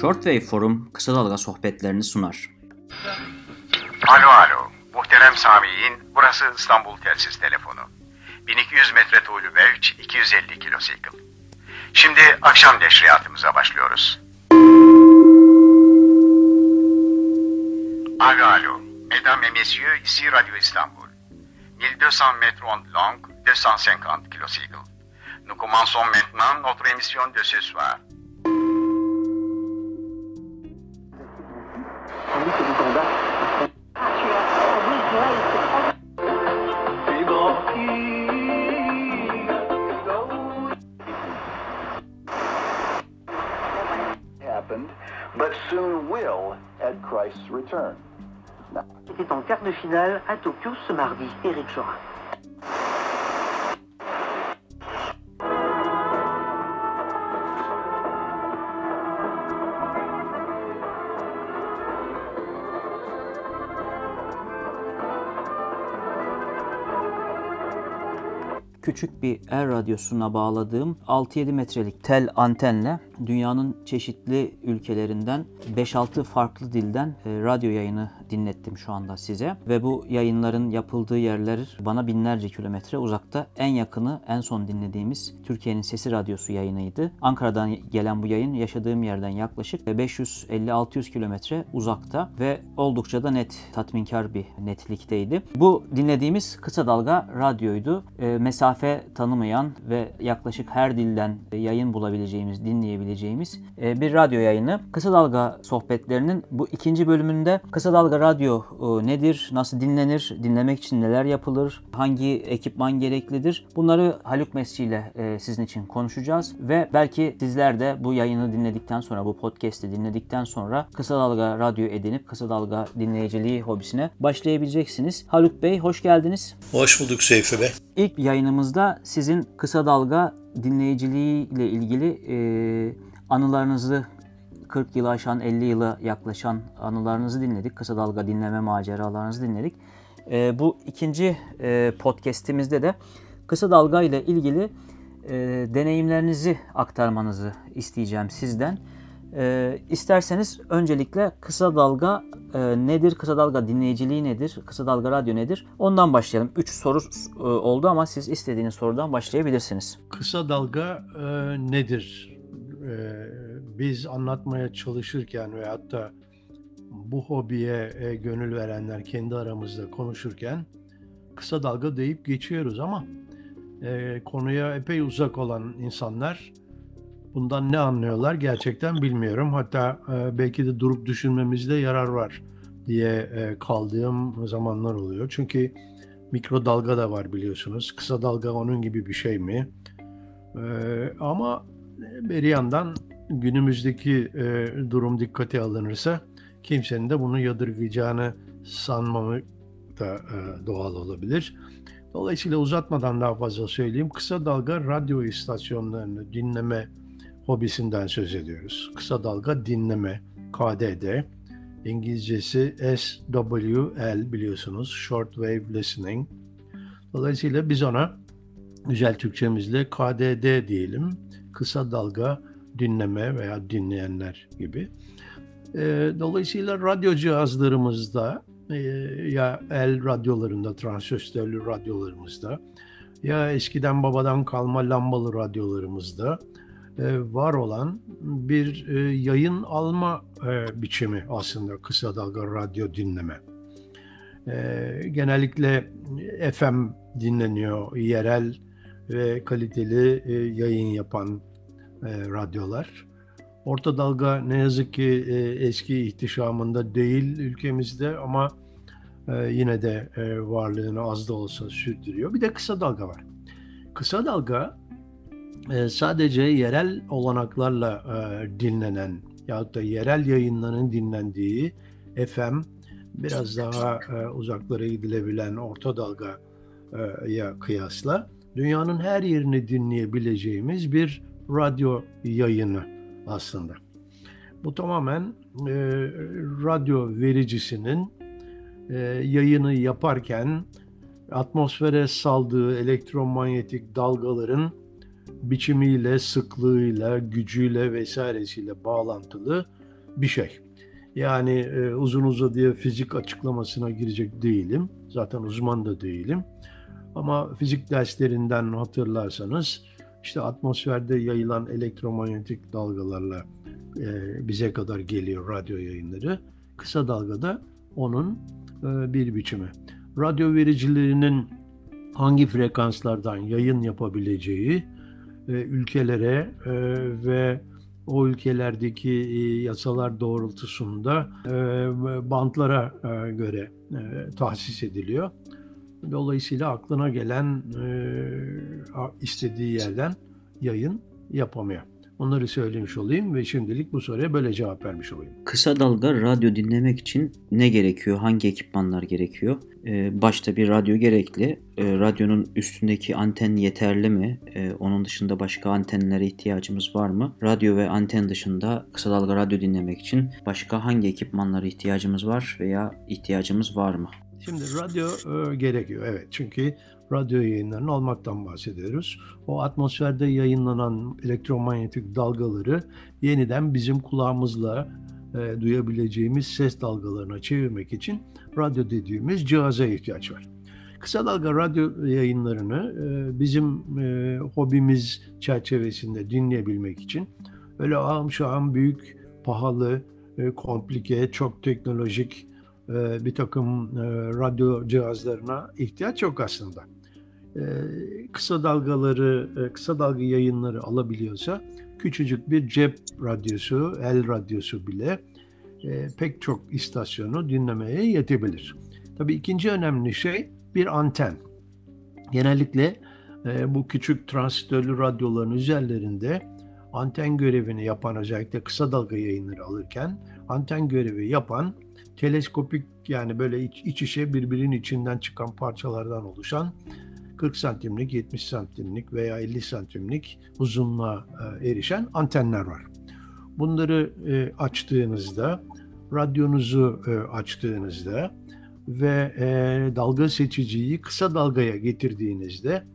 Shortwave Forum kısa dalga sohbetlerini sunar. Alo, muhterem Sami'in, burası İstanbul Telsiz Telefonu. 1200 metre tuğlu Belç, 250 kilosikl. Şimdi akşam neşriyatımıza başlıyoruz. Alo, mesdames et messieurs, ici Radio Istanbul. 1200 mètres ondes longues, 250 kilocycles. Nous commençons maintenant notre émission de ce soir. But soon will at Christ's return. C'était en quart de finale à Tokyo ce mardi, Éric Chorin. Küçük bir el radyosuna bağladığım 6-7 metrelik tel antenle dünyanın çeşitli ülkelerinden 5-6 farklı dilden radyo yayını dinlettim şu anda size. Ve bu yayınların yapıldığı yerler bana binlerce kilometre uzakta. En yakını, en son dinlediğimiz Türkiye'nin Sesi Radyosu yayınıydı. Ankara'dan gelen bu yayın yaşadığım yerden yaklaşık 550-600 kilometre uzakta ve oldukça da net, tatminkar bir netlikteydi. Bu dinlediğimiz kısa dalga radyoydu. Mesafe tanımayan ve yaklaşık her dilden yayın bulabileceğimiz, dinleyebileceğimiz bir radyo yayını. Kısa dalga sohbetlerinin bu ikinci bölümünde kısa dalga radyo nedir, nasıl dinlenir, dinlemek için neler yapılır, hangi ekipman gereklidir? Bunları Haluk Mesci ile sizin için konuşacağız ve belki sizler de bu yayını dinledikten sonra, bu podcast'i dinledikten sonra kısa dalga radyo edinip kısa dalga dinleyiciliği hobisine başlayabileceksiniz. Haluk Bey, hoş geldiniz. Hoş bulduk Seyfi Bey. İlk yayınımızda sizin kısa dalga dinleyiciliği ile ilgili anılarınızı, 40 yılı aşan, 50 yıla yaklaşan anılarınızı dinledik. Kısa dalga dinleme maceralarınızı dinledik. Bu ikinci podcast'imizde de kısa dalga ile ilgili deneyimlerinizi aktarmanızı isteyeceğim sizden. İsterseniz öncelikle kısa dalga nedir, kısa dalga dinleyiciliği nedir, kısa dalga radyo nedir? Ondan başlayalım. 3 soru oldu ama siz istediğiniz sorudan başlayabilirsiniz. Kısa dalga nedir? Biz anlatmaya çalışırken ve hatta bu hobiye gönül verenler kendi aramızda konuşurken kısa dalga deyip geçiyoruz ama konuya epey uzak olan insanlar bundan ne anlıyorlar gerçekten bilmiyorum. Hatta belki de durup düşünmemizde yarar var diye kaldığım zamanlar oluyor. Çünkü mikrodalga da var biliyorsunuz. Kısa dalga onun gibi bir şey mi? Ama bir yandan günümüzdeki durum dikkate alınırsa kimsenin de bunu yadırgayacağını sanmamı da doğal olabilir. Dolayısıyla uzatmadan daha fazla söyleyeyim. Kısa dalga radyo istasyonlarını dinleme hobisinden söz ediyoruz. Kısa dalga dinleme, KDD, İngilizcesi SWL biliyorsunuz, Shortwave Listening. Dolayısıyla biz ona güzel Türkçemizle KDD diyelim, kısa dalga dinleme veya dinleyenler gibi. Dolayısıyla radyo cihazlarımızda ya el radyolarında, transistörlü radyolarımızda ya eskiden babadan kalma lambalı radyolarımızda var olan bir yayın alma biçimi aslında kısa dalga radyo dinleme. Genellikle FM dinleniyor, yerel ve kaliteli yayın yapan radyolar. Orta dalga ne yazık ki eski ihtişamında değil ülkemizde ama yine de varlığını az da olsa sürdürüyor. Bir de kısa dalga var. Kısa dalga sadece yerel olanaklarla dinlenen yahut da yerel yayınların dinlendiği FM, biraz daha uzaklara gidilebilen orta dalgaya kıyasla dünyanın her yerini dinleyebileceğimiz bir radyo yayını aslında. Bu tamamen radyo vericisinin yayını yaparken atmosfere saldığı elektromanyetik dalgaların biçimiyle, sıklığıyla, gücüyle vesairesiyle bağlantılı bir şey. Yani uzun uzadıya fizik açıklamasına girecek değilim. Zaten uzman da değilim. Ama fizik derslerinden hatırlarsanız işte atmosferde yayılan elektromanyetik dalgalarla bize kadar geliyor radyo yayınları. Kısa dalgada onun bir biçimi. Radyo vericilerinin hangi frekanslardan yayın yapabileceği ülkelere ve o ülkelerdeki yasalar doğrultusunda bantlara göre tahsis ediliyor. Dolayısıyla aklına gelen istediği yerden yayın yapamıyor. Onları söylemiş olayım ve şimdilik bu soruya böyle cevap vermiş olayım. Kısa dalga radyo dinlemek için ne gerekiyor? Hangi ekipmanlar gerekiyor? Başta bir radyo gerekli. Radyonun üstündeki anten yeterli mi? Onun dışında başka antenlere ihtiyacımız var mı? Radyo ve anten dışında kısa dalga radyo dinlemek için başka hangi ekipmanlara ihtiyacımız var veya ihtiyacımız var mı? Şimdi radyo gerekiyor, evet. Çünkü radyo yayınlarının olmaktan bahsediyoruz. O atmosferde yayınlanan elektromanyetik dalgaları yeniden bizim kulağımızla duyabileceğimiz ses dalgalarına çevirmek için radyo dediğimiz cihaza ihtiyaç var. Kısa dalga radyo yayınlarını bizim hobimiz çerçevesinde dinleyebilmek için öyle ağam şahım büyük, pahalı, komplike, çok teknolojik bir takım radyo cihazlarına ihtiyaç yok aslında. Kısa dalga yayınları alabiliyorsa küçücük bir cep radyosu, el radyosu bile pek çok istasyonu dinlemeye yetebilir. Tabii ikinci önemli şey bir anten. Genellikle bu küçük transistörlü radyoların üzerlerinde anten görevini yapan, özellikle kısa dalga yayınları alırken anten görevi yapan teleskopik, yani böyle iç içe birbirinin içinden çıkan parçalardan oluşan 40 santimlik, 70 santimlik veya 50 santimlik uzunluğa erişen antenler var. Bunları açtığınızda, radyonuzu açtığınızda ve dalga seçiciyi kısa dalgaya getirdiğinizde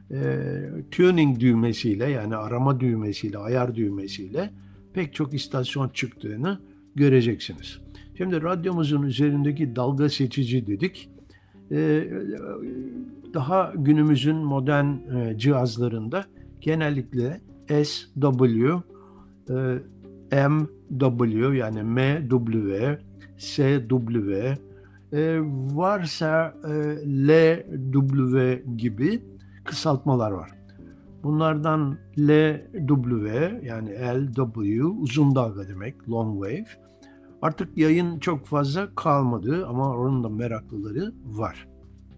tuning düğmesiyle, yani arama düğmesiyle, ayar düğmesiyle pek çok istasyon çıktığını göreceksiniz. Şimdi radyomuzun üzerindeki dalga seçici dedik. Daha günümüzün modern cihazlarında genellikle SW, MW yani MW, SW, varsa LW gibi kısaltmalar var. Bunlardan LW yani LW uzun dalga demek, long wave. Artık yayın çok fazla kalmadı ama onun da meraklıları var.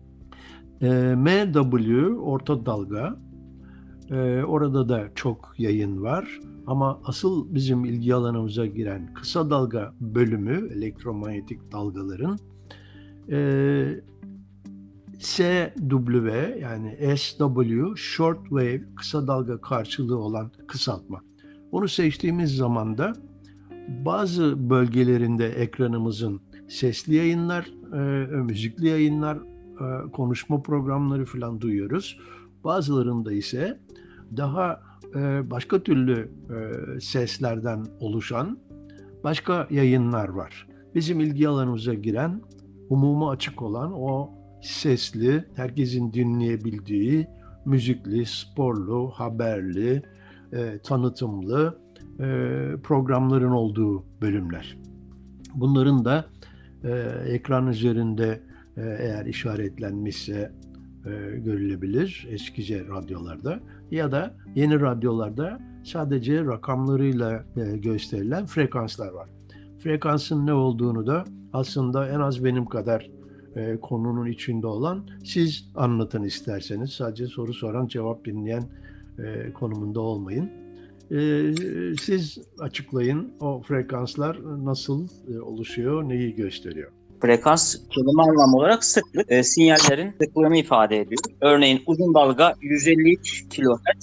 MW orta dalga, orada da çok yayın var ama asıl bizim ilgi alanımıza giren kısa dalga bölümü, elektromanyetik dalgaların SW yani SW, short wave, kısa dalga karşılığı olan kısaltma. Onu seçtiğimiz zaman da bazı bölgelerinde ekranımızın sesli yayınlar, müzikli yayınlar, konuşma programları falan duyuyoruz. Bazılarında ise daha başka türlü seslerden oluşan başka yayınlar var. Bizim ilgi alanımıza giren, umuma açık olan o sesli, herkesin dinleyebildiği, müzikli, sporlu, haberli, tanıtımlı programların olduğu bölümler. Bunların da ekran üzerinde eğer işaretlenmişse görülebilir eskice radyolarda ya da yeni radyolarda sadece rakamlarıyla gösterilen frekanslar var. Frekansın ne olduğunu da aslında en az benim kadar konunun içinde olan siz anlatın isterseniz. Sadece soru soran, cevap dinleyen konumunda olmayın. Siz açıklayın, o frekanslar nasıl oluşuyor, neyi gösteriyor? Frekans kelime anlamı olarak sıklık, sinyallerin sıklığını ifade ediyor. Örneğin uzun dalga 153 kHz,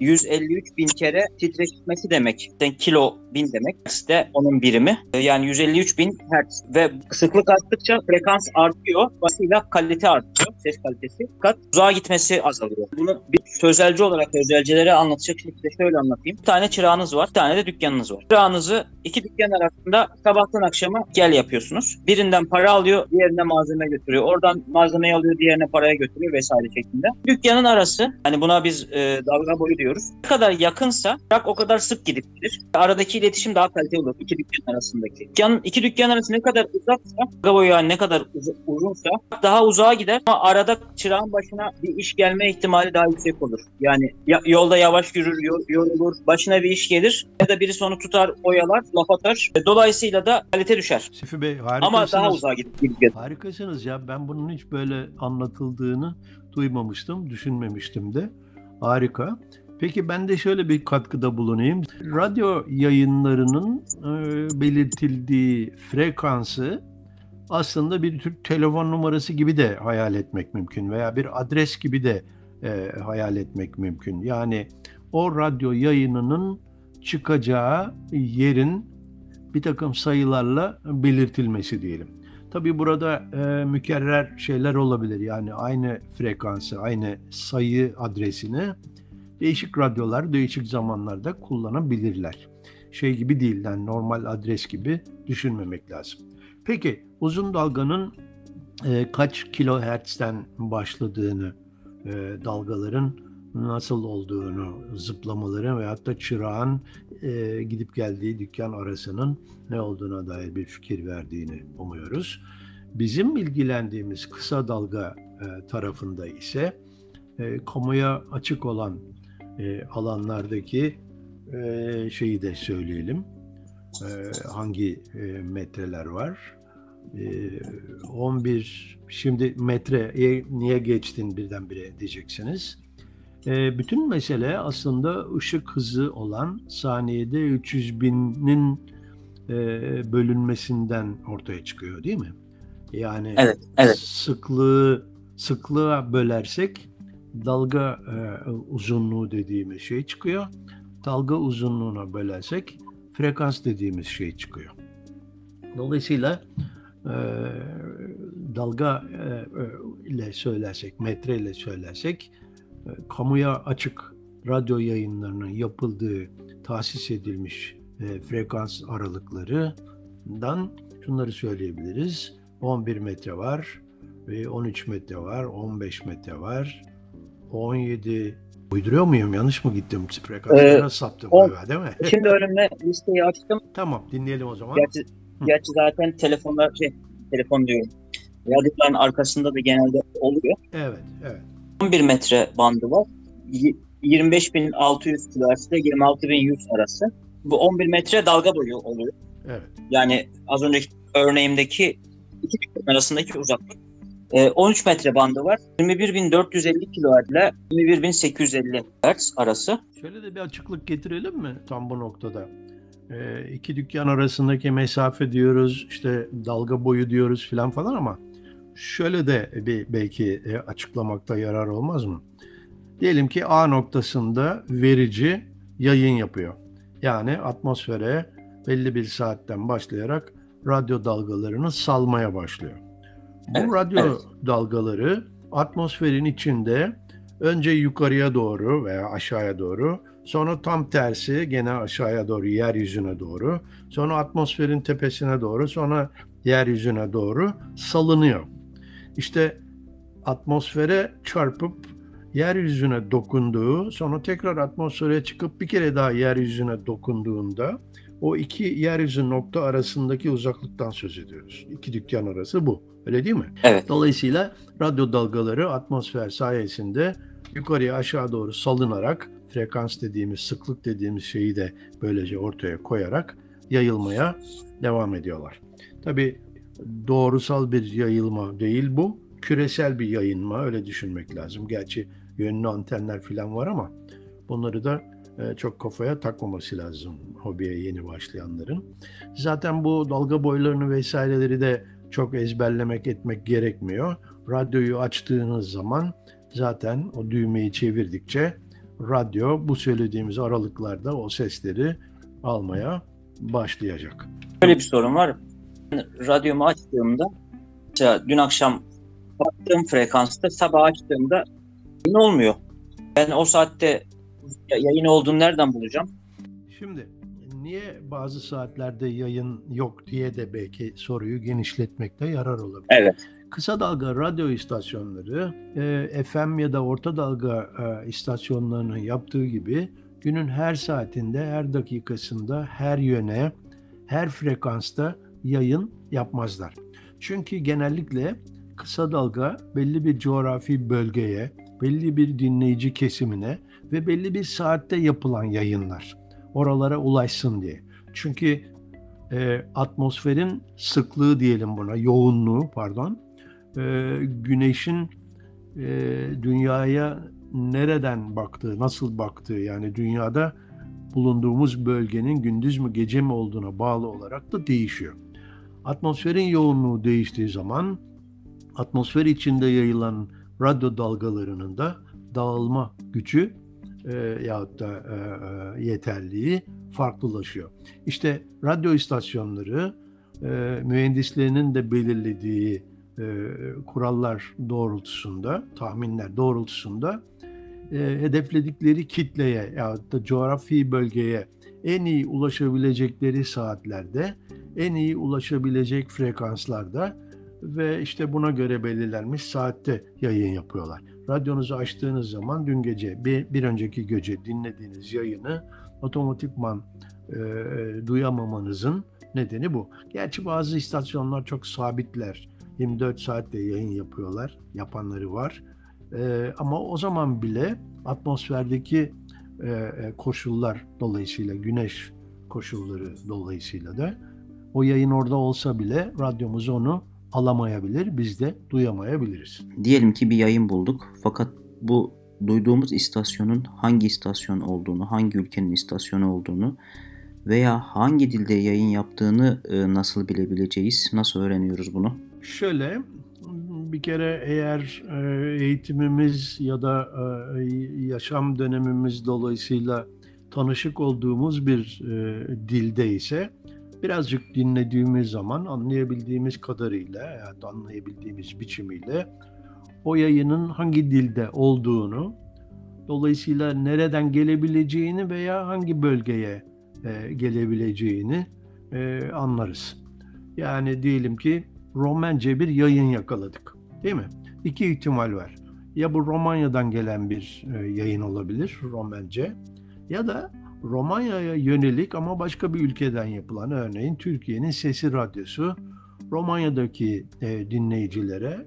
153 bin kere titreşmesi demek. Yani kilo bin demek. İşte onun birimi. Yani 153 bin hertz. Ve sıklık arttıkça frekans artıyor. Dolayısıyla kalite artıyor. Ses kalitesi. Fakat uzağa gitmesi azalıyor. Bunu bir sözelci olarak özelcilere anlatacak şekilde şöyle anlatayım. Bir tane çırağınız var. Bir tane de dükkanınız var. Çırağınızı iki dükkan arasında sabahtan akşama gel yapıyorsunuz. Birinden para alıyor, diğerine malzeme götürüyor. Oradan malzemeyi alıyor, diğerine paraya götürüyor vesaire şeklinde. Dükkanın arası, hani buna biz dalga boyu diyoruz. Ne kadar yakınsa çırak o kadar sık gidip gelir. Aradaki iletişim daha kaliteli olur iki dükkan arasındaki. İki dükkan arası ne kadar uzaksa, dalga boyu yani ne kadar uzunsa daha uzağa gider ama arada çırağın başına bir iş gelme ihtimali daha yüksek olur. Yani yolda yavaş yürür, yorulur, başına bir iş gelir ya da birisi onu tutar, oyalar, laf atar. Dolayısıyla da kalite düşer. Seyfi Bey harikasınız. Ama daha uzağa gidip Harikasınız ya. Ben bunun hiç böyle anlatıldığını duymamıştım, düşünmemiştim de. Harika. Peki ben de şöyle bir katkıda bulunayım. Radyo yayınlarının belirtildiği frekansı aslında bir tür telefon numarası gibi de hayal etmek mümkün veya bir adres gibi de hayal etmek mümkün. Yani o radyo yayınının çıkacağı yerin bir takım sayılarla belirtilmesi diyelim. Tabii burada mükerrer şeyler olabilir. Yani aynı frekansı, aynı sayı adresini değişik radyolar değişik zamanlarda kullanabilirler. Şey gibi değil, yani normal adres gibi düşünmemek lazım. Peki uzun dalganın kaç kilohertzten başladığını, dalgaların nasıl olduğunu, zıplamaları veyahut da çırağın gidip geldiği dükkan arasının ne olduğuna dair bir fikir verdiğini umuyoruz. Bizim ilgilendiğimiz kısa dalga tarafında ise kamuya açık olan alanlardaki şeyi de söyleyelim. Hangi metreler var? 11, şimdi metreye niye geçtin birdenbire diyeceksiniz. Bütün mesele aslında ışık hızı olan saniyede 300 binin bölünmesinden ortaya çıkıyor değil mi? Yani evet. sıklığa bölersek dalga uzunluğu dediğimiz şey çıkıyor. Dalga uzunluğuna bölersek frekans dediğimiz şey çıkıyor. Dolayısıyla dalga ile söylersek, metre ile söylersek kamuya açık radyo yayınlarının yapıldığı, tahsis edilmiş frekans aralıklarından şunları söyleyebiliriz. 11 metre var, 13 metre var, 15 metre var, 17. Uyduruyor muyum? Yanlış mı gittim? Frekanslara saptım galiba değil mi? Şimdi önümde listeyi açtım. Tamam, dinleyelim o zaman. Gerçi zaten telefon diyorum. Radyoların arkasında da genelde oluyor. Evet. 11 metre bandı var. 25.600 kHz ile 26.100 arası. Bu 11 metre dalga boyu oluyor. Evet. Yani az önceki örneğimdeki iki dükkan arasındaki uzaklık. 13 metre bandı var. 21.450 kHz ile 21.850 Hz arası. Şöyle de bir açıklık getirelim mi tam bu noktada? İki dükkan arasındaki mesafe diyoruz, işte dalga boyu diyoruz falan ama şöyle de bir belki açıklamakta yarar olmaz mı? Diyelim ki A noktasında verici yayın yapıyor. Yani atmosfere belli bir saatten başlayarak radyo dalgalarını salmaya başlıyor. Bu radyo dalgaları atmosferin içinde önce yukarıya doğru veya aşağıya doğru, sonra tam tersi gene aşağıya doğru, yeryüzüne doğru, sonra atmosferin tepesine doğru, sonra yeryüzüne doğru salınıyor. İşte atmosfere çarpıp yeryüzüne dokunduğu, sonra tekrar atmosfere çıkıp bir kere daha yeryüzüne dokunduğunda o iki yeryüzü nokta arasındaki uzaklıktan söz ediyoruz. İki dükkan arası bu. Öyle değil mi? Evet. Dolayısıyla radyo dalgaları atmosfer sayesinde yukarıya aşağı doğru salınarak, frekans dediğimiz, sıklık dediğimiz şeyi de böylece ortaya koyarak yayılmaya devam ediyorlar. Tabii doğrusal bir yayılma değil bu. Küresel bir yayılma, öyle düşünmek lazım. Gerçi yönlü antenler falan var ama bunları da çok kafaya takmaması lazım hobiye yeni başlayanların. Zaten bu dalga boylarını vesaireleri de çok ezberlemek etmek gerekmiyor. Radyoyu açtığınız zaman zaten o düğmeyi çevirdikçe radyo bu söylediğimiz aralıklarda o sesleri almaya başlayacak. Böyle bir sorun var. Radyomu açtığımda, mesela dün akşam baktığım frekansta sabah açtığımda yayın olmuyor. Ben o saatte yayın olduğunu nereden bulacağım? Şimdi niye bazı saatlerde yayın yok diye de belki soruyu genişletmekte yarar olabilir. Evet. Kısa dalga radyo istasyonları FM ya da orta dalga istasyonlarının yaptığı gibi günün her saatinde, her dakikasında, her yöne, her frekansta yayın yapmazlar. Çünkü genellikle kısa dalga belli bir coğrafi bölgeye, belli bir dinleyici kesimine ve belli bir saatte yapılan yayınlar. Oralara ulaşsın diye. Çünkü atmosferin sıklığı diyelim buna, yoğunluğu pardon, güneşin dünyaya nereden baktığı, nasıl baktığı, yani dünyada bulunduğumuz bölgenin gündüz mü gece mi olduğuna bağlı olarak da değişiyor. Atmosferin yoğunluğu değiştiği zaman atmosfer içinde yayılan radyo dalgalarının da dağılma gücü yahut da yeterliği farklılaşıyor. İşte radyo istasyonları mühendislerinin de belirlediği kurallar doğrultusunda, tahminler doğrultusunda hedefledikleri kitleye yahut da coğrafi bölgeye en iyi ulaşabilecekleri saatlerde, en iyi ulaşabilecek frekanslarda ve işte buna göre belirlenmiş saatte yayın yapıyorlar. Radyonuzu açtığınız zaman dün gece, bir önceki gece dinlediğiniz yayını otomatikman duyamamanızın nedeni bu. Gerçi bazı istasyonlar çok sabitler. 24 saatte yayın yapıyorlar. Yapanları var. Ama o zaman bile atmosferdeki koşullar dolayısıyla, güneş koşulları dolayısıyla da o yayın orada olsa bile radyomuz onu alamayabilir, biz de duyamayabiliriz. Diyelim ki bir yayın bulduk fakat bu duyduğumuz istasyonun hangi istasyon olduğunu, hangi ülkenin istasyonu olduğunu veya hangi dilde yayın yaptığını nasıl bilebileceğiz? Nasıl öğreniyoruz bunu? Şöyle, bir kere eğer eğitimimiz ya da yaşam dönemimiz dolayısıyla tanışık olduğumuz bir dilde ise birazcık dinlediğimiz zaman anlayabildiğimiz kadarıyla, yani anlayabildiğimiz biçimiyle o yayının hangi dilde olduğunu, dolayısıyla nereden gelebileceğini veya hangi bölgeye gelebileceğini anlarız. Yani diyelim ki Romence bir yayın yakaladık, değil mi? İki ihtimal var. Ya bu Romanya'dan gelen bir yayın olabilir, Romence, ya da Romanya'ya yönelik ama başka bir ülkeden yapılan, örneğin Türkiye'nin Sesi Radyosu, Romanya'daki dinleyicilere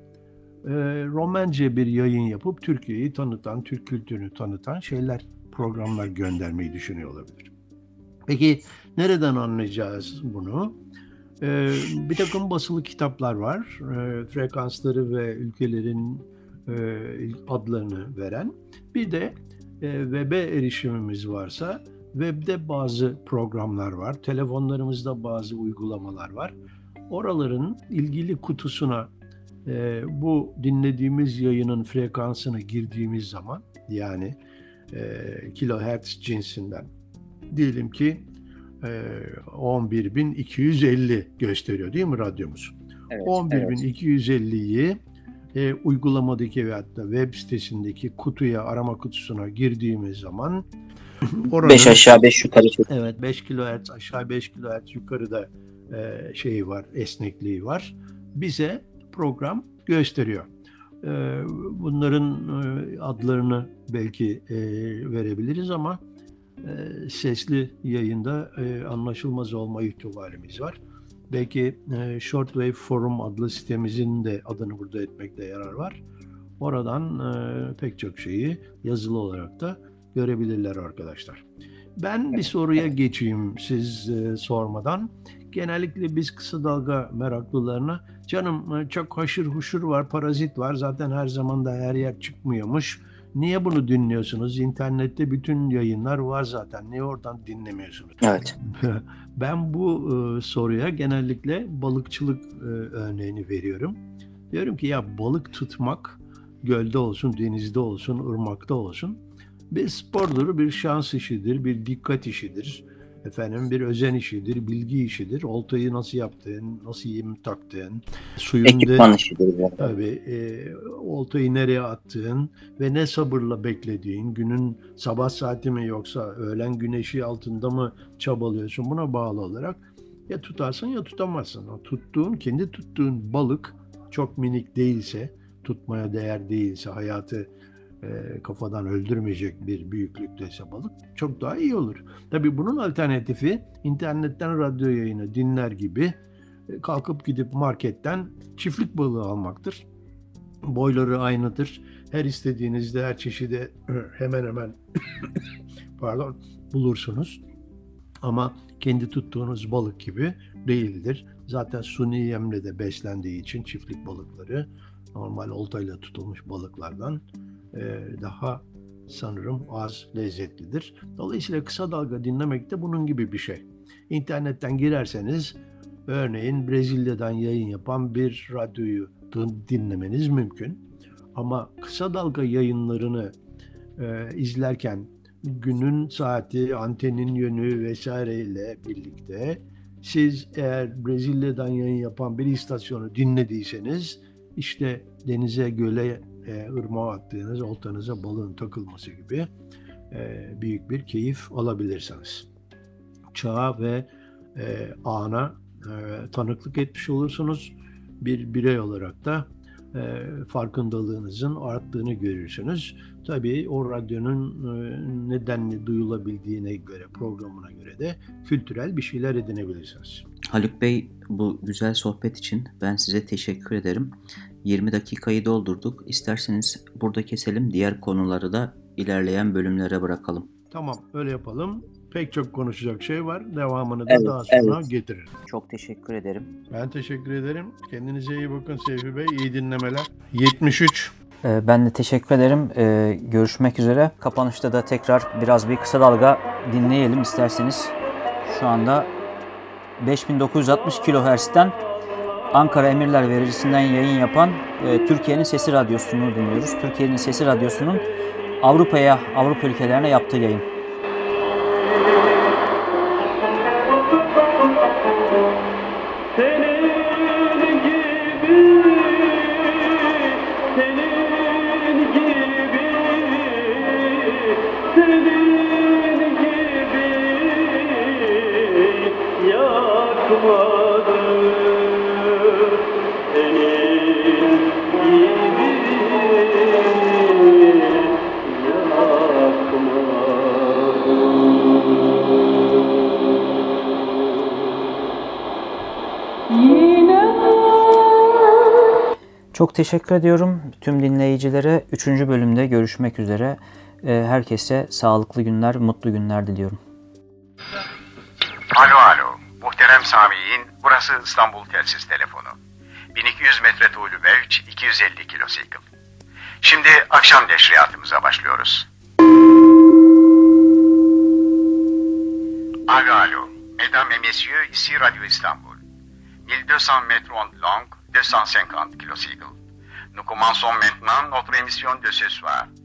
Romence bir yayın yapıp Türkiye'yi tanıtan, Türk kültürünü tanıtan programlar göndermeyi düşünüyor olabilir. Peki nereden anlayacağız bunu? Bir takım basılı kitaplar var. Frekansları ve ülkelerin adlarını veren. Bir de web'e erişimimiz varsa web'de bazı programlar var. Telefonlarımızda bazı uygulamalar var. Oraların ilgili kutusuna bu dinlediğimiz yayının frekansını girdiğimiz zaman, yani kilohertz cinsinden diyelim ki 11.250 gösteriyor değil mi radyomuz? Evet, 11.250'yi uygulamadaki veyahut da web sitesindeki kutuya, arama kutusuna girdiğimiz zaman 5 aşağı 5 yukarı. Evet, 5 kHz aşağı 5 kHz yukarıda şeyi var, esnekliği var. Bize program gösteriyor. Bunların adlarını belki verebiliriz ama sesli yayında anlaşılmaz olma ihtimalimiz var. Belki Shortwave Forum adlı sitemizin de adını burada etmekte yarar var. Oradan pek çok şeyi yazılı olarak da görebilirler arkadaşlar. Ben bir soruya geçeyim siz sormadan. Genellikle biz kısa dalga meraklılarına, canım çok haşır huşur var, parazit var, zaten her zaman da her yer çıkmıyormuş. Niye bunu dinliyorsunuz? İnternette bütün yayınlar var zaten. Niye oradan dinlemiyorsunuz? Evet. Ben bu soruya genellikle balıkçılık örneğini veriyorum. Diyorum ki ya balık tutmak gölde olsun, denizde olsun, ırmakta olsun Bir spordur, bir şans işidir, bir dikkat işidir. Bir özen işidir, bilgi işidir. Oltayı nasıl yaptığın, nasıl yem taktığın, suyun Ekipman işidir. tabii, oltayı nereye attığın ve ne sabırla beklediğin, günün sabah saati mi yoksa öğlen güneşi altında mı çabalıyorsun, buna bağlı olarak ya tutarsın ya tutamazsın. O kendi tuttuğun balık çok minik değilse, tutmaya değer değilse, hayatı kafadan öldürmeyecek bir büyüklükteyse balık çok daha iyi olur. Tabii bunun alternatifi internetten radyo yayını dinler gibi kalkıp gidip marketten çiftlik balığı almaktır. Boyları aynıdır. Her istediğinizde her çeşidi hemen hemen bulursunuz. Ama kendi tuttuğunuz balık gibi değildir. Zaten suni yemle de beslendiği için çiftlik balıkları normal oltayla tutulmuş balıklardan daha sanırım az lezzetlidir. Dolayısıyla kısa dalga dinlemek de bunun gibi bir şey. İnternetten girerseniz örneğin Brezilya'dan yayın yapan bir radyoyu dinlemeniz mümkün. Ama kısa dalga yayınlarını izlerken günün saati, antenin yönü vesaireyle birlikte siz eğer Brezilya'dan yayın yapan bir istasyonu dinlediyseniz işte denize, göle, ırmağa attığınız oltanıza balığın takılması gibi büyük bir keyif alabilirsiniz. Çağa ve ana tanıklık etmiş olursunuz. Bir birey olarak da farkındalığınızın arttığını görürsünüz. Tabii o radyonun nedenli duyulabildiğine göre, programına göre de kültürel bir şeyler edinebilirsiniz. Haluk Bey, bu güzel sohbet için ben size teşekkür ederim. 20 dakikayı doldurduk. İsterseniz burada keselim. Diğer konuları da ilerleyen bölümlere bırakalım. Tamam, öyle yapalım. Pek çok konuşacak şey var. Devamını da daha sonra getiririm. Çok teşekkür ederim. Ben teşekkür ederim. Kendinize iyi bakın Seyfi Bey. İyi dinlemeler. 73. Ben de teşekkür ederim. Görüşmek üzere. Kapanışta da tekrar biraz bir kısa dalga dinleyelim isterseniz. Şu anda 5960 kHz'den Ankara Emirler Vericisi'nden yayın yapan Türkiye'nin Sesi Radyosu'nu dinliyoruz. Türkiye'nin Sesi Radyosu'nun Avrupa ülkelerine yaptığı yayın. Çok teşekkür ediyorum tüm dinleyicilere. 3. bölümde görüşmek üzere. Herkese sağlıklı günler, mutlu günler diliyorum. Alo. Muhterem Sami'in, burası İstanbul Telsiz Telefonu. 1200 metre tuğlu mevç, 250 kilosikl. Şimdi akşam neşriyatımıza başlıyoruz. Alo. Mesdames et messieurs, ici Radio Istanbul. 1200 mètres ondes longues, 250 kilocycles. Nous commençons maintenant notre émission de ce soir.